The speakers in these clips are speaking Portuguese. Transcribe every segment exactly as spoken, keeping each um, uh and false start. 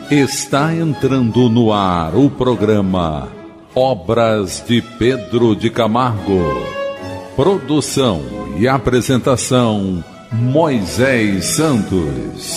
Está entrando no ar o programa Obras de Pedro de Camargo. Produção e apresentação Moisés Santos.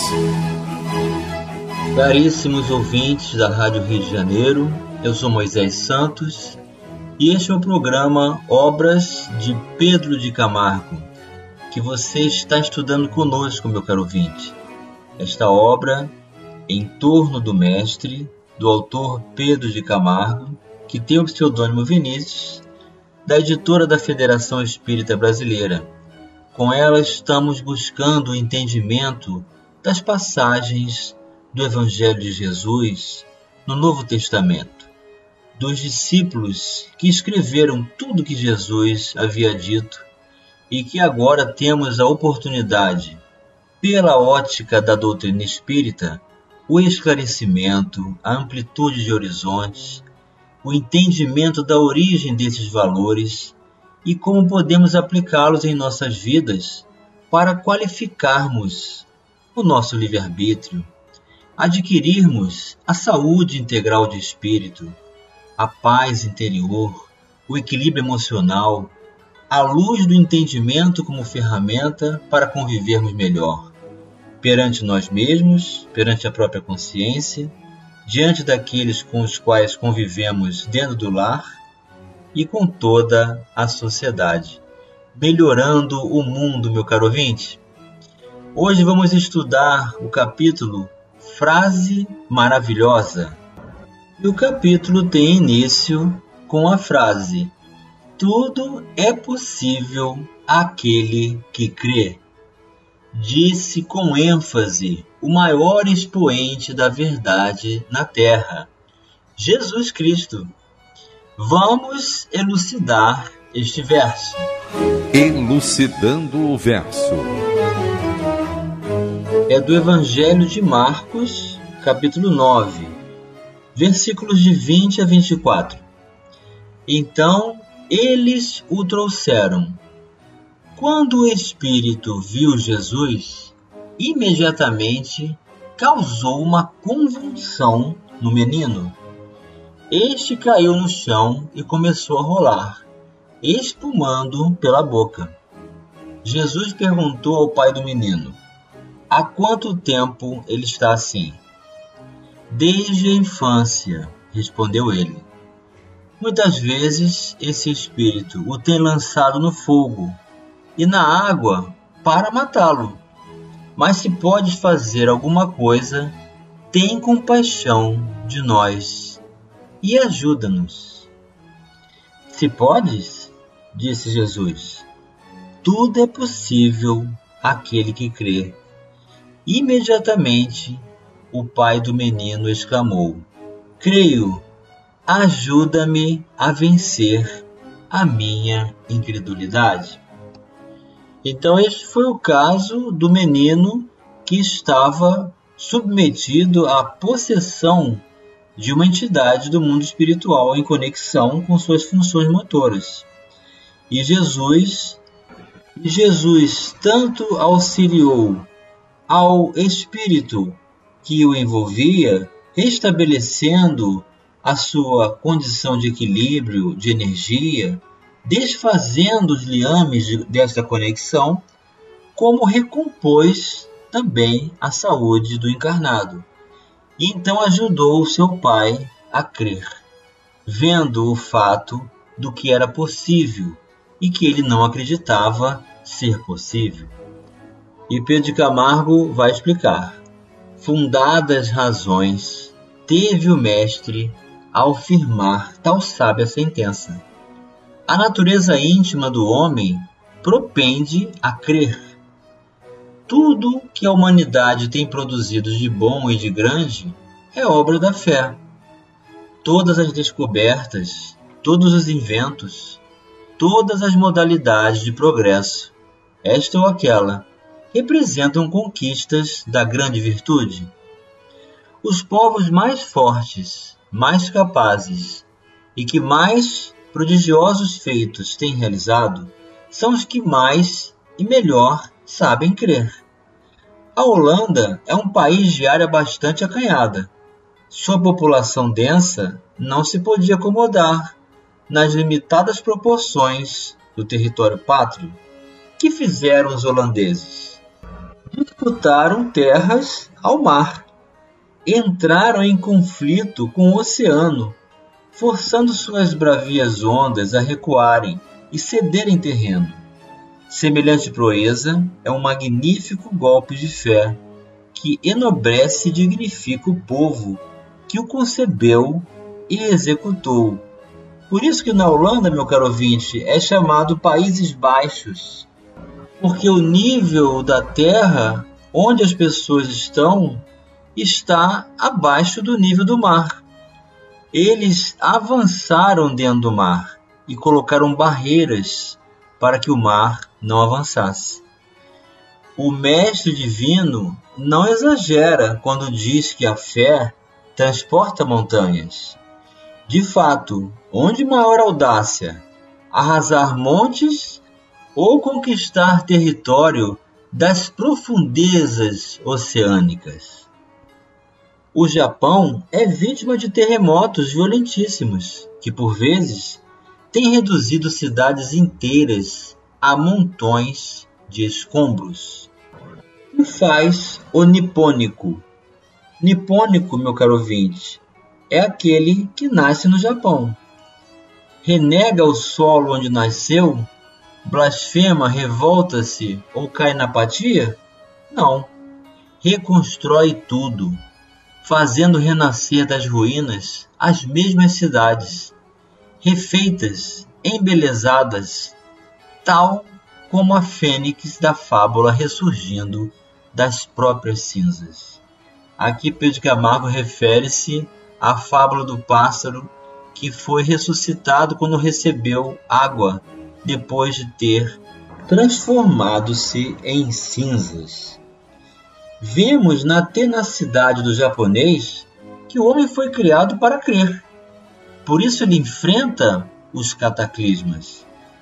Caríssimos ouvintes da Rádio Rio de Janeiro, eu sou Moisés Santos e este é o programa Obras de Pedro de Camargo, que você está estudando conosco, meu caro ouvinte. Esta obra, Em Torno do Mestre, do autor Pedro de Camargo, que tem o pseudônimo Vinícius, da editora da Federação Espírita Brasileira. Com ela estamos buscando o entendimento das passagens do Evangelho de Jesus no Novo Testamento, dos discípulos que escreveram tudo que Jesus havia dito e que agora temos a oportunidade, pela ótica da doutrina espírita, o esclarecimento, a amplitude de horizontes, o entendimento da origem desses valores e como podemos aplicá-los em nossas vidas para qualificarmos o nosso livre-arbítrio, adquirirmos a saúde integral de espírito, a paz interior, o equilíbrio emocional, a luz do entendimento como ferramenta para convivermos melhor, perante nós mesmos, perante a própria consciência, diante daqueles com os quais convivemos dentro do lar e com toda a sociedade, melhorando o mundo, meu caro ouvinte. Hoje vamos estudar o capítulo Frase Maravilhosa. E o capítulo tem início com a frase: tudo é possível àquele que crê. Disse com ênfase o maior expoente da verdade na Terra, Jesus Cristo. Vamos elucidar este verso. Elucidando o verso. É do Evangelho de Marcos, capítulo nove, versículos de vinte a vinte e quatro. Então eles o trouxeram. Quando o Espírito viu Jesus, imediatamente causou uma convulsão no menino. Este caiu no chão e começou a rolar, espumando pela boca. Jesus perguntou ao pai do menino: há quanto tempo ele está assim? Desde a infância, respondeu ele. Muitas vezes esse espírito o tem lançado no fogo e na água para matá-lo. Mas se podes fazer alguma coisa, tem compaixão de nós e ajuda-nos. Se podes, disse Jesus, tudo é possível àquele que crê. Imediatamente o pai do menino exclamou: creio, ajuda-me a vencer a minha incredulidade. Então este foi o caso do menino que estava submetido à possessão de uma entidade do mundo espiritual em conexão com suas funções motoras. E Jesus, e Jesus tanto auxiliou ao espírito que o envolvia, restabelecendo a sua condição de equilíbrio, de energia, desfazendo os liames de, dessa conexão, como recompôs também a saúde do encarnado. E então ajudou o seu pai a crer, vendo o fato do que era possível e que ele não acreditava ser possível. E Pedro de Camargo vai explicar: fundadas razões teve o mestre ao firmar tal sábia sentença. A natureza íntima do homem propende a crer. Tudo que a humanidade tem produzido de bom e de grande é obra da fé. Todas as descobertas, todos os inventos, todas as modalidades de progresso, esta ou aquela, representam conquistas da grande virtude. Os povos mais fortes, mais capazes e que mais prodigiosos feitos têm realizado são os que mais e melhor sabem crer. A Holanda é um país de área bastante acanhada, Sua população densa não se podia acomodar nas limitadas proporções do território pátrio. Que fizeram os holandeses? Disputaram terras ao mar. Entraram em conflito com o oceano, forçando suas bravias ondas a recuarem e cederem terreno. Semelhante proeza é um magnífico golpe de fé que enobrece e dignifica o povo que o concebeu e executou. Por isso que na Holanda, meu caro ouvinte, é chamado Países Baixos, porque o nível da terra onde as pessoas estão está abaixo do nível do mar. Eles avançaram dentro do mar e colocaram barreiras para que o mar não avançasse. O Mestre Divino não exagera quando diz que a fé transporta montanhas. De fato, onde maior audácia, arrasar montes ou conquistar território das profundezas oceânicas. O Japão é vítima de terremotos violentíssimos, que por vezes têm reduzido cidades inteiras a montões de escombros. O que faz o nipônico? Nipônico, meu caro ouvinte, é aquele que nasce no Japão. Renega o solo onde nasceu? Blasfema, revolta-se ou cai na apatia? Não. Reconstrói tudo, fazendo renascer das ruínas as mesmas cidades, refeitas, embelezadas, tal como a fênix da fábula ressurgindo das próprias cinzas. Aqui Pedro de Camargo refere-se à fábula do pássaro que foi ressuscitado quando recebeu água depois de ter transformado-se em cinzas. Vemos na tenacidade do japonês que o homem foi criado para crer. Por isso ele enfrenta os cataclismas,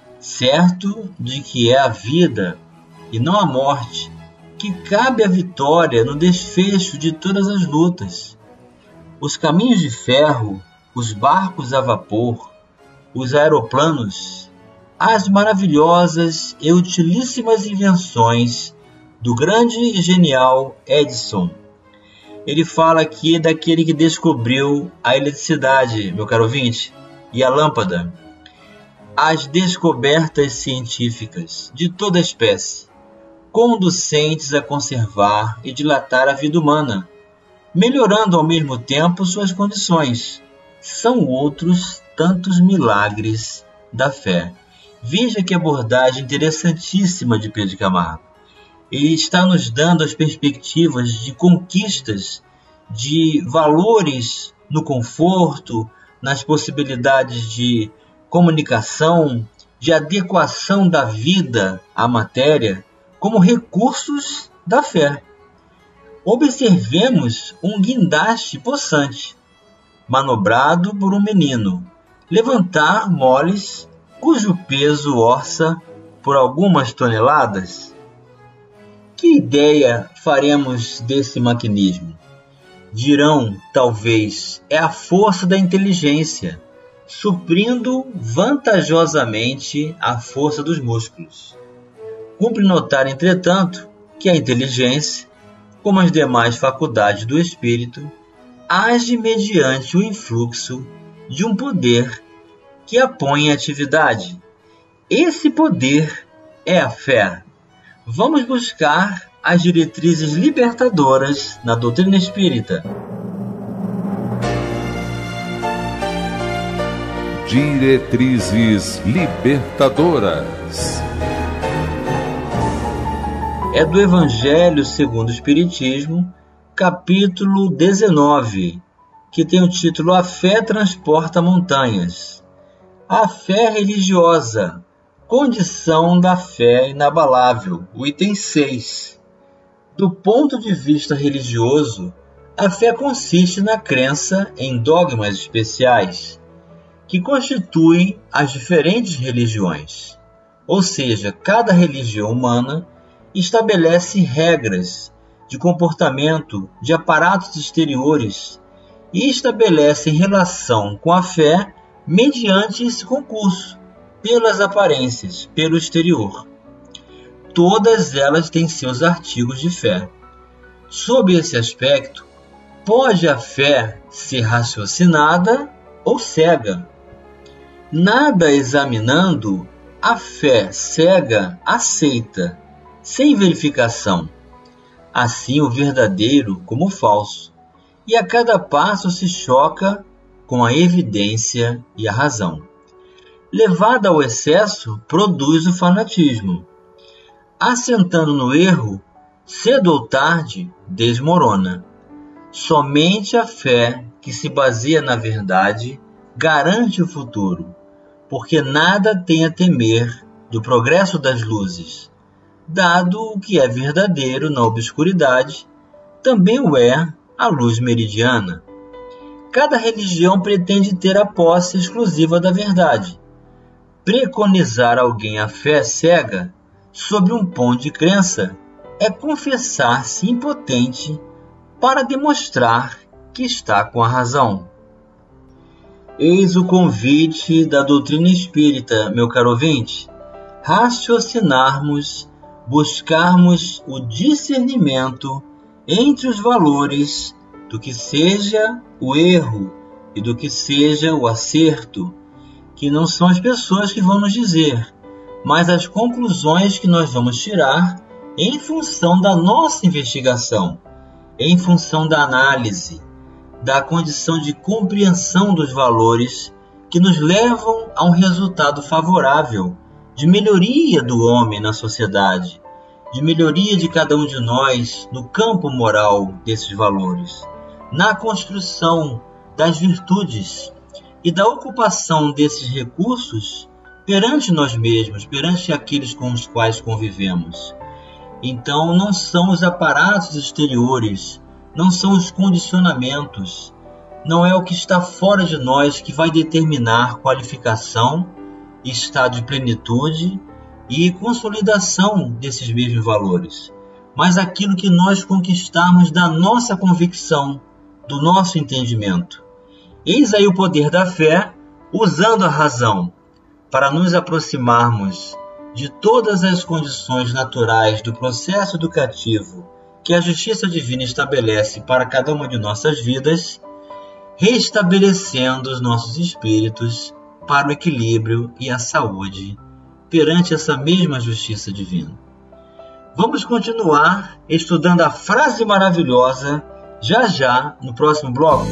certo de que é a vida e não a morte que cabe a vitória no desfecho de todas as lutas. Os caminhos de ferro, os barcos a vapor, os aeroplanos, as maravilhosas e utilíssimas invenções do grande e genial Edison. Ele fala aqui daquele que descobriu a eletricidade, meu caro ouvinte, e a lâmpada. As descobertas científicas de toda espécie, conducentes a conservar e dilatar a vida humana, melhorando ao mesmo tempo suas condições, são outros tantos milagres da fé. Veja que abordagem interessantíssima de Pedro de Camargo. Ele está nos dando as perspectivas de conquistas, de valores no conforto, nas possibilidades de comunicação, de adequação da vida à matéria, como recursos da fé. Observemos um guindaste possante, manobrado por um menino, levantar moles cujo peso orça por algumas toneladas. Que ideia faremos desse maquinismo? Dirão, talvez, é a força da inteligência, suprindo vantajosamente a força dos músculos. Cumpre notar, entretanto, que a inteligência, como as demais faculdades do espírito, age mediante o influxo de um poder que a põe em atividade. Esse poder é a fé. Vamos buscar as diretrizes libertadoras na doutrina espírita. Diretrizes libertadoras. É do Evangelho segundo o Espiritismo, capítulo dezenove, que tem o título A Fé Transporta Montanhas. A fé religiosa, condição da fé inabalável, o item seis. Do ponto de vista religioso, a fé consiste na crença em dogmas especiais, que constituem as diferentes religiões. Ou seja, cada religião humana estabelece regras de comportamento de aparatos exteriores e estabelecem relação com a fé mediante esse concurso, pelas aparências, pelo exterior. Todas elas têm seus artigos de fé. Sob esse aspecto, pode a fé ser raciocinada ou cega. Nada examinando, a fé cega aceita, sem verificação, assim o verdadeiro como o falso, e a cada passo se choca com a evidência e a razão. Levada ao excesso, produz o fanatismo. Assentando no erro, cedo ou tarde, desmorona. Somente a fé que se baseia na verdade garante o futuro, porque nada tem a temer do progresso das luzes. Dado o que é verdadeiro na obscuridade, também o é a luz meridiana. Cada religião pretende ter a posse exclusiva da verdade. Preconizar alguém a fé cega sobre um ponto de crença é confessar-se impotente para demonstrar que está com a razão. Eis o convite da doutrina espírita, meu caro ouvinte, raciocinarmos, buscarmos o discernimento entre os valores do que seja o erro e do que seja o acerto, que não são as pessoas que vão nos dizer, mas as conclusões que nós vamos tirar em função da nossa investigação, em função da análise, da condição de compreensão dos valores que nos levam a um resultado favorável de melhoria do homem na sociedade, de melhoria de cada um de nós no campo moral desses valores, na construção das virtudes e da ocupação desses recursos perante nós mesmos, perante aqueles com os quais convivemos. Então, não são os aparatos exteriores, não são os condicionamentos, não é o que está fora de nós que vai determinar qualificação, estado de plenitude e consolidação desses mesmos valores, mas aquilo que nós conquistarmos da nossa convicção, do nosso entendimento. Eis aí o poder da fé, usando a razão, para nos aproximarmos de todas as condições naturais do processo educativo que a justiça divina estabelece para cada uma de nossas vidas, restabelecendo os nossos espíritos para o equilíbrio e a saúde perante essa mesma justiça divina. Vamos continuar estudando a frase maravilhosa já já no próximo bloco.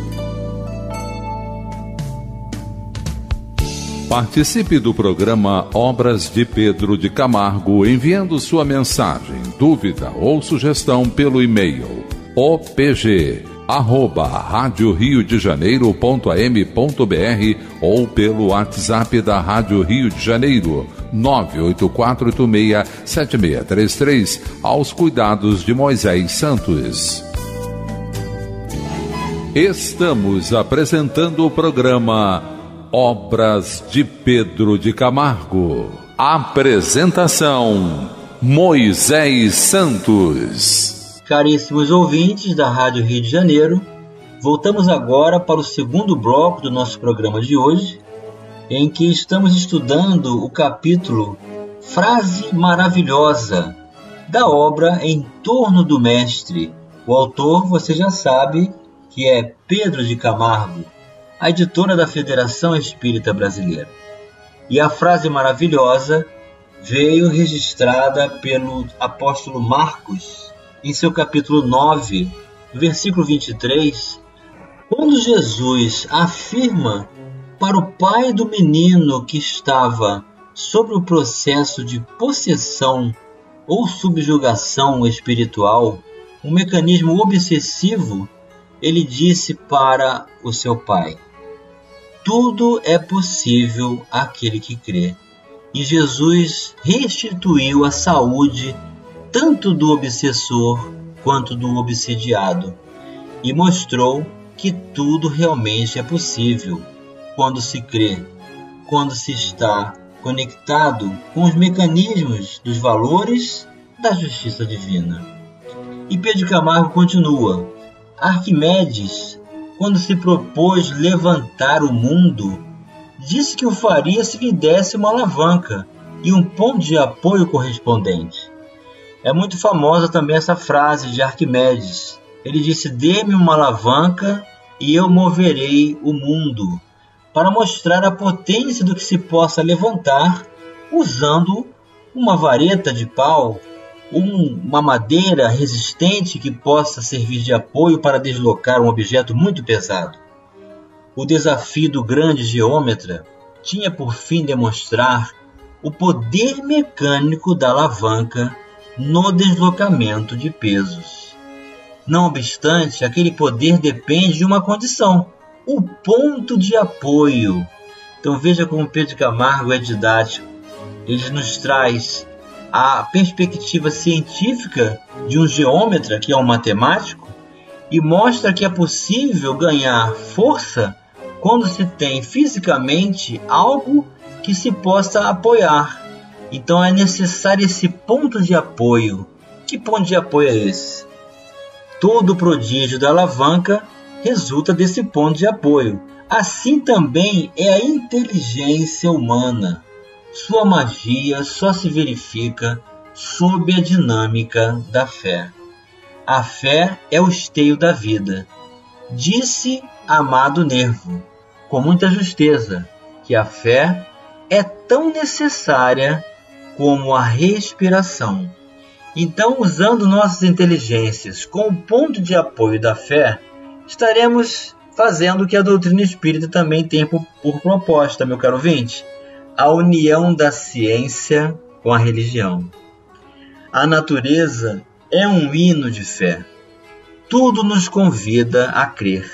Participe do programa Obras de Pedro de Camargo enviando sua mensagem, dúvida ou sugestão pelo e-mail opg arroba rádio rio de janeiro ponto a m ponto b r ou pelo WhatsApp da Rádio Rio de Janeiro nove oito quatro oito seis sete seis três três aos cuidados de Moisés Santos. Estamos apresentando o programa Obras de Pedro de Camargo. Apresentação: Moisés Santos. Caríssimos ouvintes da Rádio Rio de Janeiro, voltamos agora para o segundo bloco do nosso programa de hoje, em que estamos estudando o capítulo Frase Maravilhosa, da obra Em Torno do Mestre. O autor, você já sabe, que é Pedro de Camargo, a editora da Federação Espírita Brasileira. E a frase maravilhosa veio registrada pelo apóstolo Marcos, em seu capítulo nove, versículo vinte e três, quando Jesus afirma para o pai do menino que estava sob o processo de possessão ou subjugação espiritual, um mecanismo obsessivo, ele disse para o seu pai: tudo é possível àquele que crê. E Jesus restituiu a saúde tanto do obsessor quanto do obsidiado, e mostrou que tudo realmente é possível quando se crê, quando se está conectado com os mecanismos dos valores da justiça divina. E Pedro Camargo continua: Arquimedes quando se propôs levantar o mundo, disse que o faria se lhe desse uma alavanca e um ponto de apoio correspondente. É muito famosa também essa frase de Arquimedes. Ele disse: dê-me uma alavanca e eu moverei o mundo, para mostrar a potência do que se possa levantar usando uma vareta de pau, um, uma madeira resistente que possa servir de apoio para deslocar um objeto muito pesado. O desafio do grande geômetra tinha por fim demonstrar o poder mecânico da alavanca no deslocamento de pesos. Não obstante, aquele poder depende de uma condição: o ponto de apoio. Então veja como Pedro de Camargo é didático. Ele nos traz a perspectiva científica de um geômetra, que é um matemático, e mostra que é possível ganhar força quando se tem fisicamente algo que se possa apoiar. Então é necessário esse ponto de apoio. Que ponto de apoio é esse? Todo o prodígio da alavanca resulta desse ponto de apoio. Assim também é a inteligência humana. Sua magia só se verifica sob a dinâmica da fé. A fé é o esteio da vida. Disse Amado Nervo, com muita justeza, que a fé é tão necessária como a respiração. Então, usando nossas inteligências com o ponto de apoio da fé, estaremos fazendo o que a doutrina espírita também tem por, por proposta, meu caro ouvinte: a união da ciência com a religião. A natureza é um hino de fé. Tudo nos convida a crer.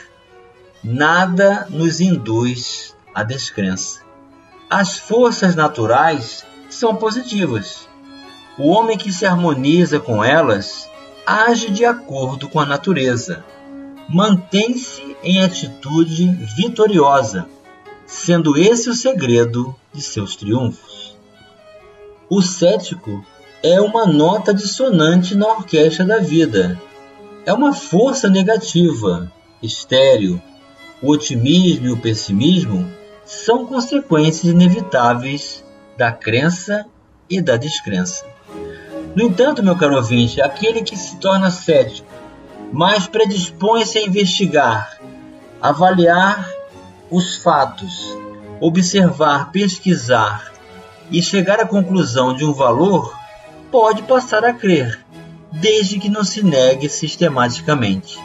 Nada nos induz à descrença. As forças naturais são positivas. O homem que se harmoniza com elas age de acordo com a natureza. Mantém-se em atitude vitoriosa, sendo esse o segredo de seus triunfos. O cético é uma nota dissonante na orquestra da vida. É uma força negativa, estéril. O otimismo e o pessimismo são consequências inevitáveis da crença e da descrença. No entanto, meu caro ouvinte, aquele que se torna cético, mas predispõe-se a investigar, avaliar os fatos, observar, pesquisar e chegar à conclusão de um valor, pode passar a crer, desde que não se negue sistematicamente.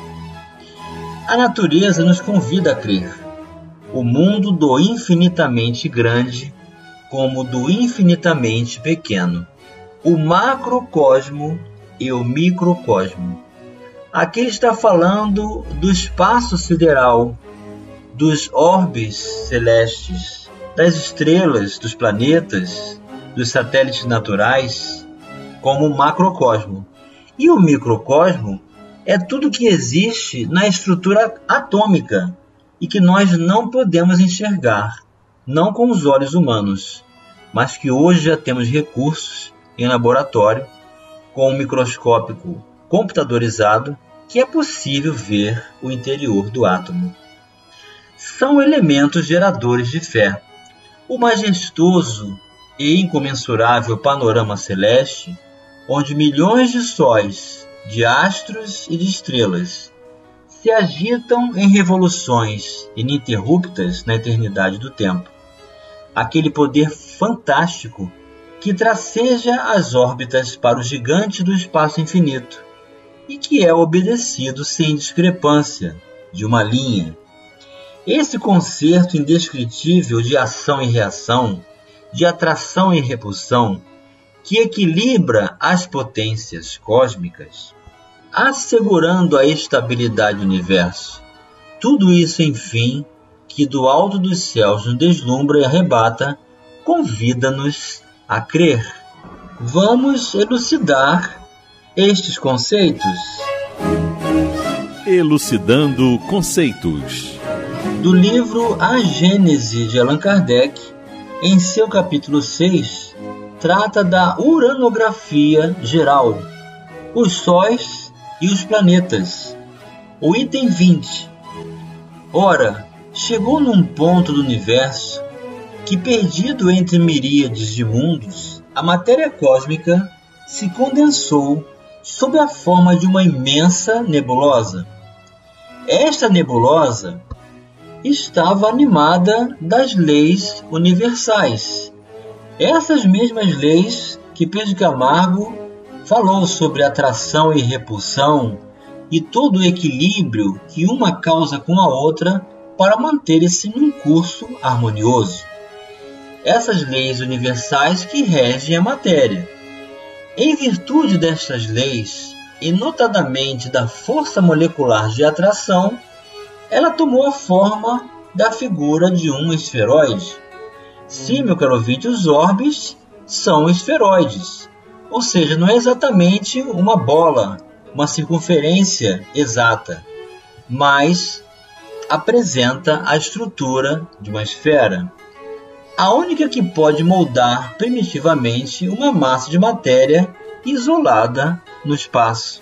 A natureza nos convida a crer. O mundo do infinitamente grande como do infinitamente pequeno. O macrocosmo e o microcosmo. Aqui está falando do espaço sideral, dos orbes celestes, das estrelas, dos planetas, dos satélites naturais, como o macrocosmo. E o microcosmo é tudo que existe na estrutura atômica e que nós não podemos enxergar, não com os olhos humanos, mas que hoje já temos recursos em laboratório, com um microscópio computadorizado, que é possível ver o interior do átomo. São elementos geradores de fé. O majestoso e incomensurável panorama celeste, onde milhões de sóis, de astros e de estrelas se agitam em revoluções ininterruptas na eternidade do tempo. Aquele poder fantástico que traceja as órbitas para o gigante do espaço infinito e que é obedecido sem discrepância de uma linha. Esse concerto indescritível de ação e reação, de atração e repulsão, que equilibra as potências cósmicas, assegurando a estabilidade do universo. Tudo isso, enfim, que do alto dos céus nos deslumbra e arrebata, convida-nos a crer. Vamos elucidar estes conceitos. Elucidando conceitos. Do livro A Gênese de Allan Kardec, em seu capítulo seis, trata da uranografia geral, os sóis e os planetas. O item vinte. Ora, chegou num ponto do universo que, perdido entre miríades de mundos, a matéria cósmica se condensou sob a forma de uma imensa nebulosa. Esta nebulosa estava animada das leis universais. Essas mesmas leis que Pedro de Camargo falou sobre atração e repulsão e todo o equilíbrio que uma causa com a outra para manter esse num curso harmonioso. Essas leis universais que regem a matéria. Em virtude destas leis, e notadamente da força molecular de atração, ela tomou a forma da figura de um esferoide. Sim, meu caro ouvinte, os orbes são esferoides, ou seja, não é exatamente uma bola, uma circunferência exata, mas apresenta a estrutura de uma esfera. A única que pode moldar primitivamente uma massa de matéria isolada no espaço.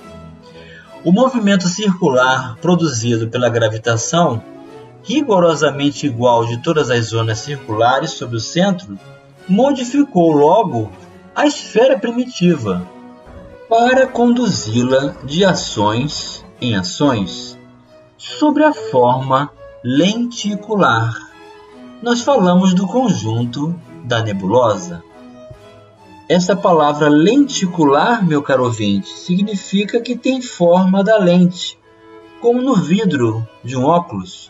O movimento circular produzido pela gravitação, rigorosamente igual de todas as zonas circulares sobre o centro, modificou logo a esfera primitiva para conduzi-la de ações em ações sobre a forma lenticular. Nós falamos do conjunto da nebulosa. Essa palavra lenticular, meu caro ouvinte, significa que tem forma da lente, como no vidro de um óculos.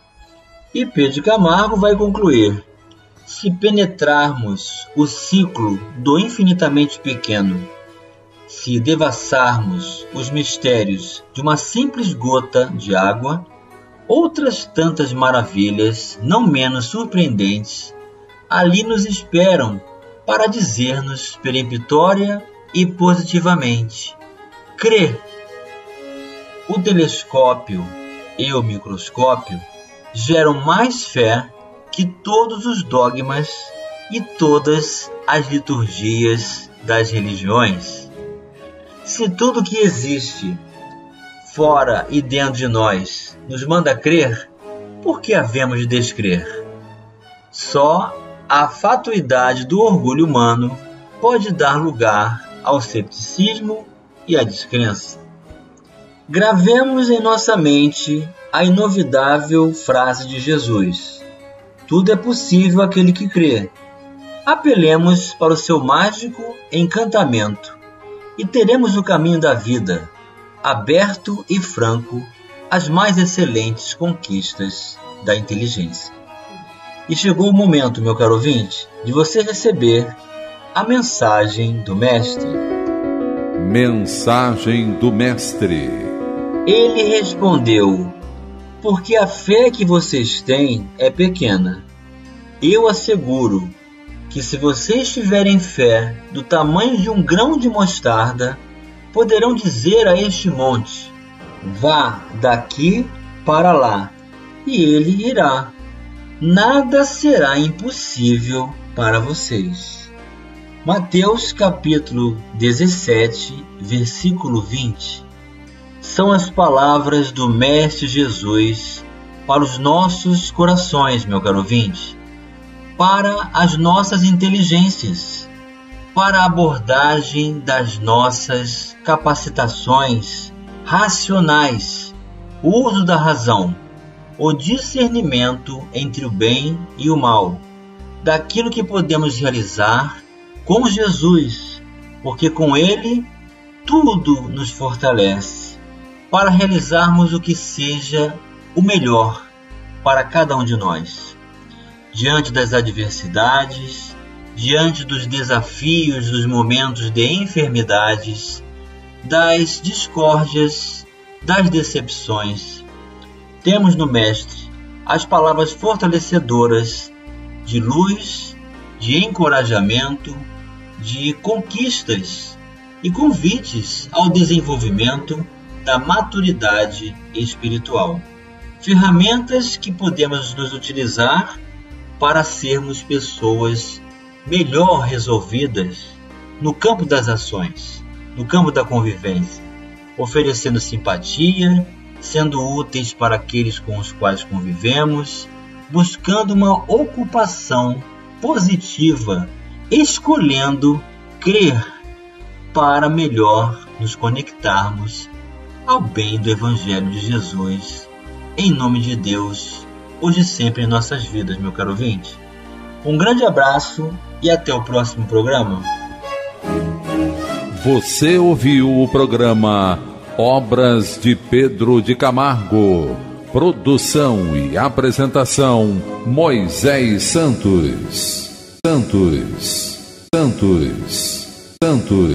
E Pedro de Camargo vai concluir: se penetrarmos o ciclo do infinitamente pequeno, se devassarmos os mistérios de uma simples gota de água, outras tantas maravilhas, não menos surpreendentes, ali nos esperam para dizer-nos peremptória e positivamente: crê. O telescópio e o microscópio geram mais fé que todos os dogmas e todas as liturgias das religiões. Se tudo que existe fora e dentro de nós nos manda crer, por que havemos de descrer? Só a fatuidade do orgulho humano pode dar lugar ao cepticismo e à descrença. Gravemos em nossa mente a inovidável frase de Jesus: tudo é possível àquele que crê. Apelemos para o seu mágico encantamento e teremos o caminho da vida aberto e franco às mais excelentes conquistas da inteligência. E chegou o momento, meu caro ouvinte, de você receber a mensagem do Mestre. Mensagem do Mestre. Ele respondeu: porque a fé que vocês têm é pequena. Eu asseguro que se vocês tiverem fé do tamanho de um grão de mostarda, poderão dizer a este monte: vá daqui para lá, e ele irá. Nada será impossível para vocês. Mateus capítulo dezessete, versículo vinte. São as palavras do Mestre Jesus para os nossos corações, meu caro ouvinte, para as nossas inteligências, para a abordagem das nossas capacitações racionais, o uso da razão, o discernimento entre o bem e o mal, daquilo que podemos realizar com Jesus, porque com Ele tudo nos fortalece, para realizarmos o que seja o melhor para cada um de nós. Diante das adversidades, diante dos desafios, dos momentos de enfermidades, das discórdias, das decepções, temos no Mestre as palavras fortalecedoras de luz, de encorajamento, de conquistas e convites ao desenvolvimento da maturidade espiritual. Ferramentas que podemos nos utilizar para sermos pessoas melhor resolvidas no campo das ações, no campo da convivência, oferecendo simpatia, sendo úteis para aqueles com os quais convivemos, buscando uma ocupação positiva, escolhendo crer para melhor nos conectarmos ao bem do Evangelho de Jesus, em nome de Deus, hoje e sempre em nossas vidas, meu caro ouvinte. Um grande abraço e até o próximo programa. Você ouviu o programa Obras de Pedro de Camargo. Produção e apresentação Moisés Santos. Santos. Santos. Santos.